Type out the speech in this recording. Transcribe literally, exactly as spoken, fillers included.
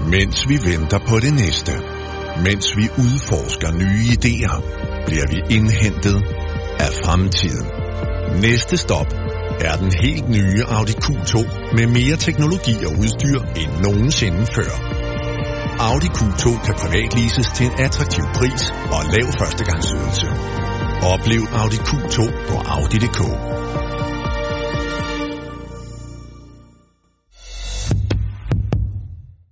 Mens vi venter på det næste, mens vi udforsker nye idéer, bliver vi indhentet af fremtiden. Næste stop er den helt nye Audi Q to med mere teknologi og udstyr end nogensinde før. Audi Q to kan privatleases til en attraktiv pris og lav førstegangsydelse. Oplev Audi Q to på Audi punktum d k.